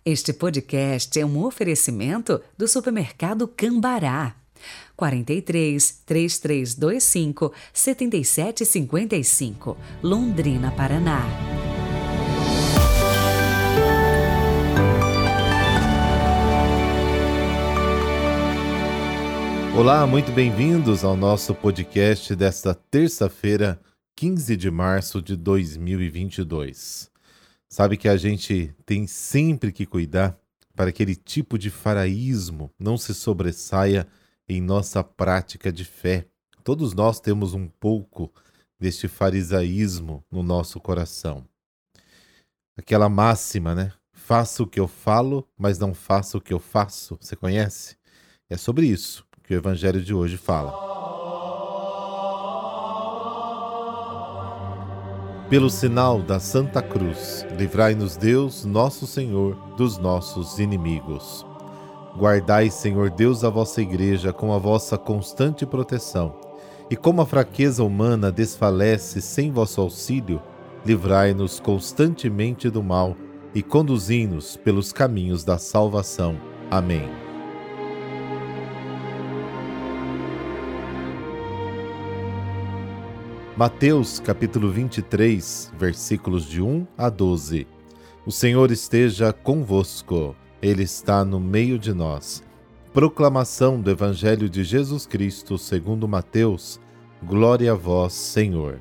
Este podcast é um oferecimento do Supermercado Cambará. 43-3325-7755, Londrina, Paraná. Olá, muito bem-vindos ao nosso podcast desta terça-feira, 15 de março de 2022. Sabe que a gente tem sempre que cuidar para que aquele tipo de faraísmo não se sobressaia em nossa prática de fé. Todos nós temos um pouco deste farisaísmo no nosso coração. Aquela máxima, né? Faça o que eu falo, mas não faça o que eu faço. Você conhece? É sobre isso que o Evangelho de hoje fala. Pelo sinal da Santa Cruz, livrai-nos Deus, nosso Senhor, dos nossos inimigos. Guardai, Senhor Deus, a vossa Igreja com a vossa constante proteção, e como a fraqueza humana desfalece sem vosso auxílio, livrai-nos constantemente do mal e conduzi-nos pelos caminhos da salvação. Amém. Mateus capítulo 23, versículos de 1 a 12. O Senhor esteja convosco, Ele está no meio de nós. Proclamação do Evangelho de Jesus Cristo segundo Mateus. Glória a vós, Senhor.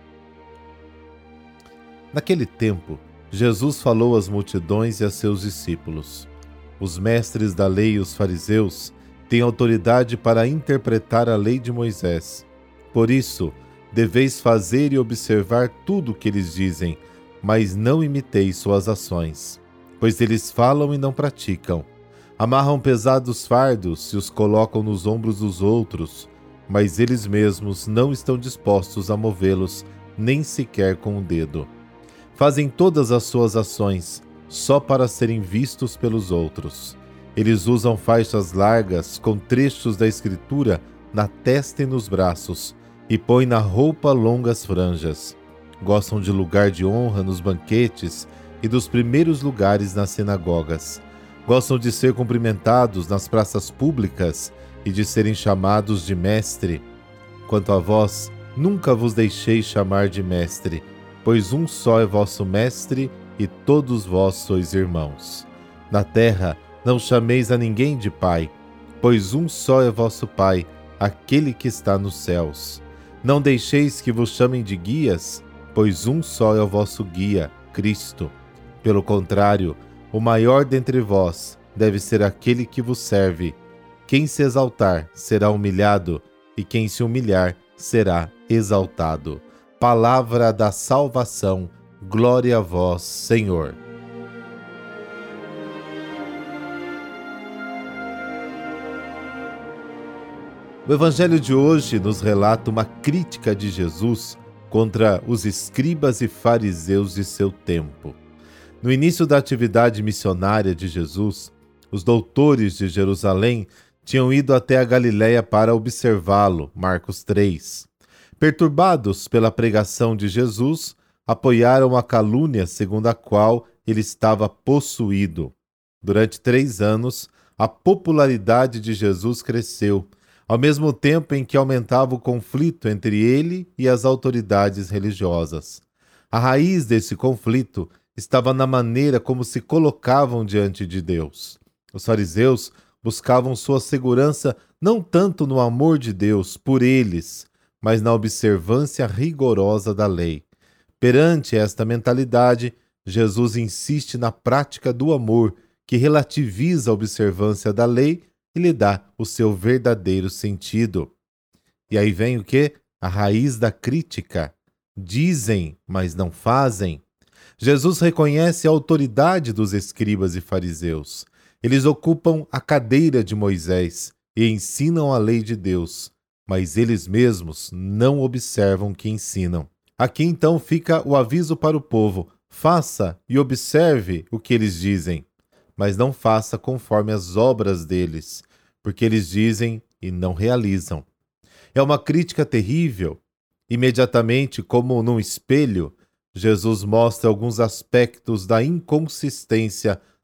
Naquele tempo, Jesus falou às multidões e a seus discípulos. Os mestres da lei e os fariseus têm autoridade para interpretar a lei de Moisés. Por isso, deveis fazer e observar tudo o que eles dizem, mas não imiteis suas ações, pois eles falam e não praticam. Amarram pesados fardos e os colocam nos ombros dos outros, mas eles mesmos não estão dispostos a movê-los, nem sequer com o dedo. Fazem todas as suas ações só para serem vistos pelos outros. Eles usam faixas largas com trechos da Escritura na testa e nos braços, e põe na roupa longas franjas. Gostam de lugar de honra nos banquetes e dos primeiros lugares nas sinagogas. Gostam de ser cumprimentados nas praças públicas e de serem chamados de mestre. Quanto a vós, nunca vos deixei chamar de mestre, pois um só é vosso mestre e todos vós sois irmãos. Na terra não chameis a ninguém de pai, pois um só é vosso Pai, aquele que está nos céus. Não deixeis que vos chamem de guias, pois um só é o vosso guia, Cristo. Pelo contrário, o maior dentre vós deve ser aquele que vos serve. Quem se exaltar será humilhado, e quem se humilhar será exaltado. Palavra da salvação, glória a vós, Senhor. O Evangelho de hoje nos relata uma crítica de Jesus contra os escribas e fariseus de seu tempo. No início da atividade missionária de Jesus, os doutores de Jerusalém tinham ido até a Galiléia para observá-lo, Marcos 3. Perturbados pela pregação de Jesus, apoiaram a calúnia segundo a qual ele estava possuído. Durante 3 anos, a popularidade de Jesus cresceu, ao mesmo tempo em que aumentava o conflito entre ele e as autoridades religiosas. A raiz desse conflito estava na maneira como se colocavam diante de Deus. Os fariseus buscavam sua segurança não tanto no amor de Deus por eles, mas na observância rigorosa da lei. Perante esta mentalidade, Jesus insiste na prática do amor, que relativiza a observância da lei e lhe dá o seu verdadeiro sentido. E aí vem o quê? A raiz da crítica. Dizem, mas não fazem. Jesus reconhece a autoridade dos escribas e fariseus. Eles ocupam a cadeira de Moisés e ensinam a lei de Deus, mas eles mesmos não observam o que ensinam. Aqui então fica o aviso para o povo: faça e observe o que eles dizem, mas não faça conforme as obras deles, porque eles dizem e não realizam. É uma crítica terrível. Imediatamente, como num espelho, Jesus mostra alguns aspectos da inconsistência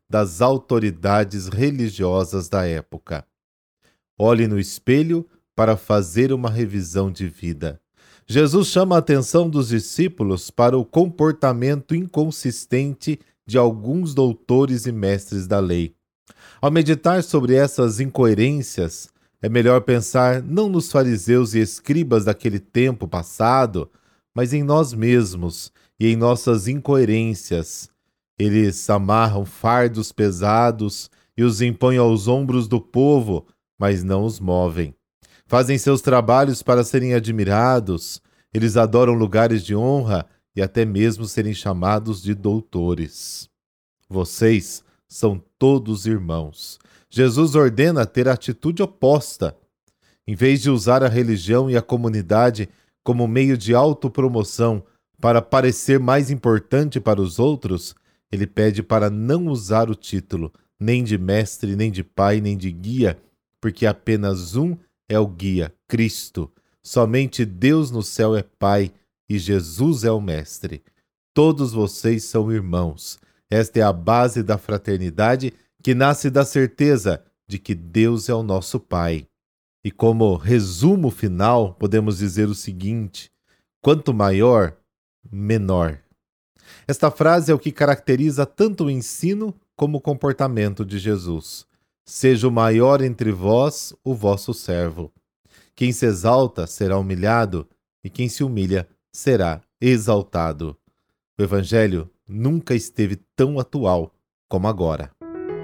das autoridades religiosas da época. Olhe no espelho para fazer uma revisão de vida. Jesus chama a atenção dos discípulos para o comportamento inconsistente de alguns doutores e mestres da lei. Ao meditar sobre essas incoerências, é melhor pensar não nos fariseus e escribas daquele tempo passado, mas em nós mesmos e em nossas incoerências. Eles amarram fardos pesados e os impõem aos ombros do povo, mas não os movem. Fazem seus trabalhos para serem admirados, eles adoram lugares de honra e até mesmo serem chamados de doutores. Vocês são todos irmãos. Jesus ordena ter a atitude oposta. Em vez de usar a religião e a comunidade como meio de autopromoção para parecer mais importante para os outros, ele pede para não usar o título, nem de mestre, nem de pai, nem de guia, porque apenas um é o guia, Cristo. Somente Deus no céu é Pai e Jesus é o Mestre. Todos vocês são irmãos. Esta é a base da fraternidade que nasce da certeza de que Deus é o nosso Pai. E como resumo final, podemos dizer o seguinte: quanto maior, menor. Esta frase é o que caracteriza tanto o ensino como o comportamento de Jesus. Seja o maior entre vós o vosso servo. Quem se exalta será humilhado, e quem se humilha será exaltado. O Evangelho nunca esteve tão atual como agora.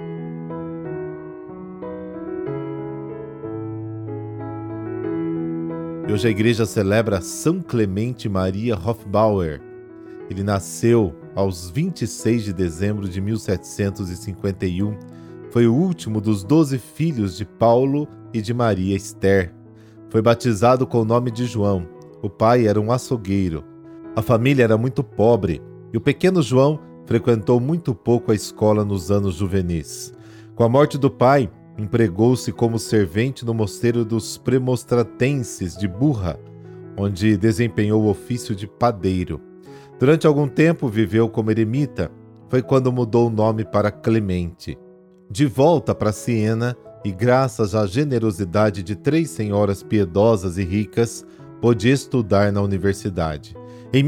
E hoje a igreja celebra São Clemente Maria Hofbauer. Ele nasceu aos 26 de dezembro de 1751. Foi o último dos 12 filhos de Paulo e de Maria Esther. Foi batizado com o nome de João. O pai era um açougueiro. A família era muito pobre e o pequeno João frequentou muito pouco a escola nos anos juvenis. Com a morte do pai, empregou-se como servente no mosteiro dos premostratenses de Burra, onde desempenhou o ofício de padeiro. Durante algum tempo viveu como eremita. Foi quando mudou o nome para Clemente. De volta para Siena, e graças à generosidade de 3 senhoras piedosas e ricas, pôde estudar na universidade. Em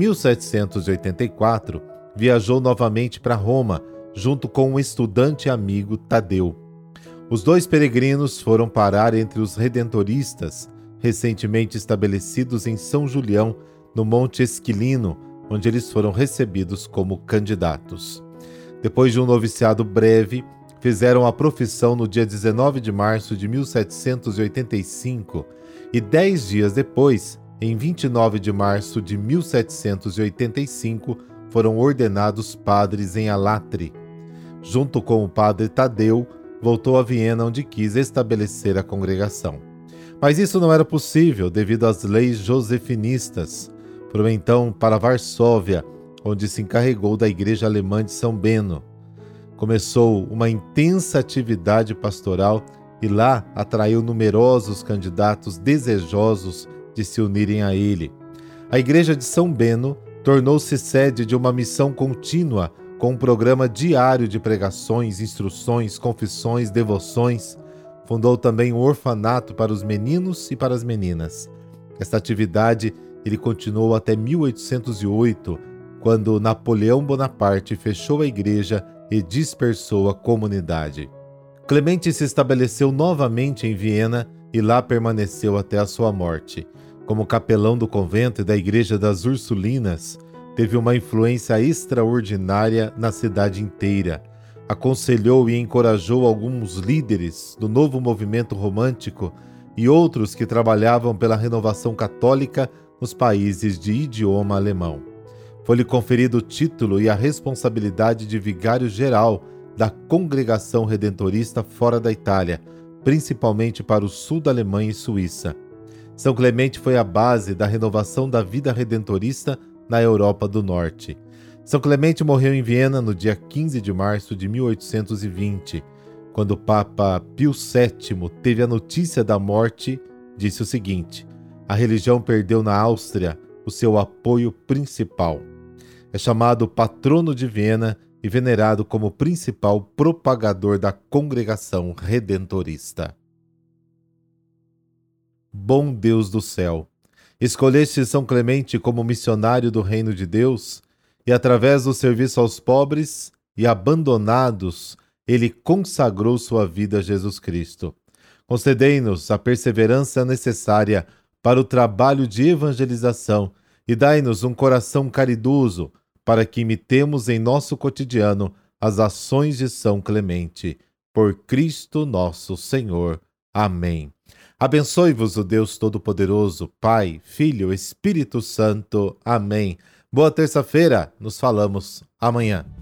1784, viajou novamente para Roma, junto com um estudante amigo, Tadeu. Os dois peregrinos foram parar entre os redentoristas, recentemente estabelecidos em São Julião, no Monte Esquilino, onde eles foram recebidos como candidatos. Depois de um noviciado breve, fizeram a profissão no dia 19 de março de 1785 e 10 dias depois, em 29 de março de 1785, foram ordenados padres em Alatri. Junto com o padre Tadeu, voltou a Viena, onde quis estabelecer a congregação. Mas isso não era possível devido às leis josefinistas. Foram então para Varsóvia, onde se encarregou da igreja alemã de São Bento. Começou uma intensa atividade pastoral e lá atraiu numerosos candidatos desejosos de se unirem a ele. A igreja de São Bento tornou-se sede de uma missão contínua com um programa diário de pregações, instruções, confissões, devoções. Fundou também um orfanato para os meninos e para as meninas. Esta atividade ele continuou até 1808, quando Napoleão Bonaparte fechou a igreja e dispersou a comunidade. Clemente se estabeleceu novamente em Viena e lá permaneceu até a sua morte. Como capelão do convento e da igreja das Ursulinas, teve uma influência extraordinária na cidade inteira. Aconselhou e encorajou alguns líderes do novo movimento romântico e outros que trabalhavam pela renovação católica nos países de idioma alemão. Foi-lhe conferido o título e a responsabilidade de vigário-geral da Congregação Redentorista fora da Itália, principalmente para o sul da Alemanha e Suíça. São Clemente foi a base da renovação da vida redentorista na Europa do Norte. São Clemente morreu em Viena no dia 15 de março de 1820. Quando o Papa Pio VII teve a notícia da morte, disse o seguinte: a religião perdeu na Áustria o seu apoio principal. É chamado patrono de Viena e venerado como principal propagador da congregação redentorista. Bom Deus do céu, escolheste São Clemente como missionário do reino de Deus e, através do serviço aos pobres e abandonados, ele consagrou sua vida a Jesus Cristo. Concedei-nos a perseverança necessária para o trabalho de evangelização e dai-nos um coração caridoso para que imitemos em nosso cotidiano as ações de São Clemente. Por Cristo nosso Senhor. Amém. Abençoe-vos o Deus Todo-Poderoso, Pai, Filho, Espírito Santo. Amém. Boa terça-feira, nos falamos amanhã.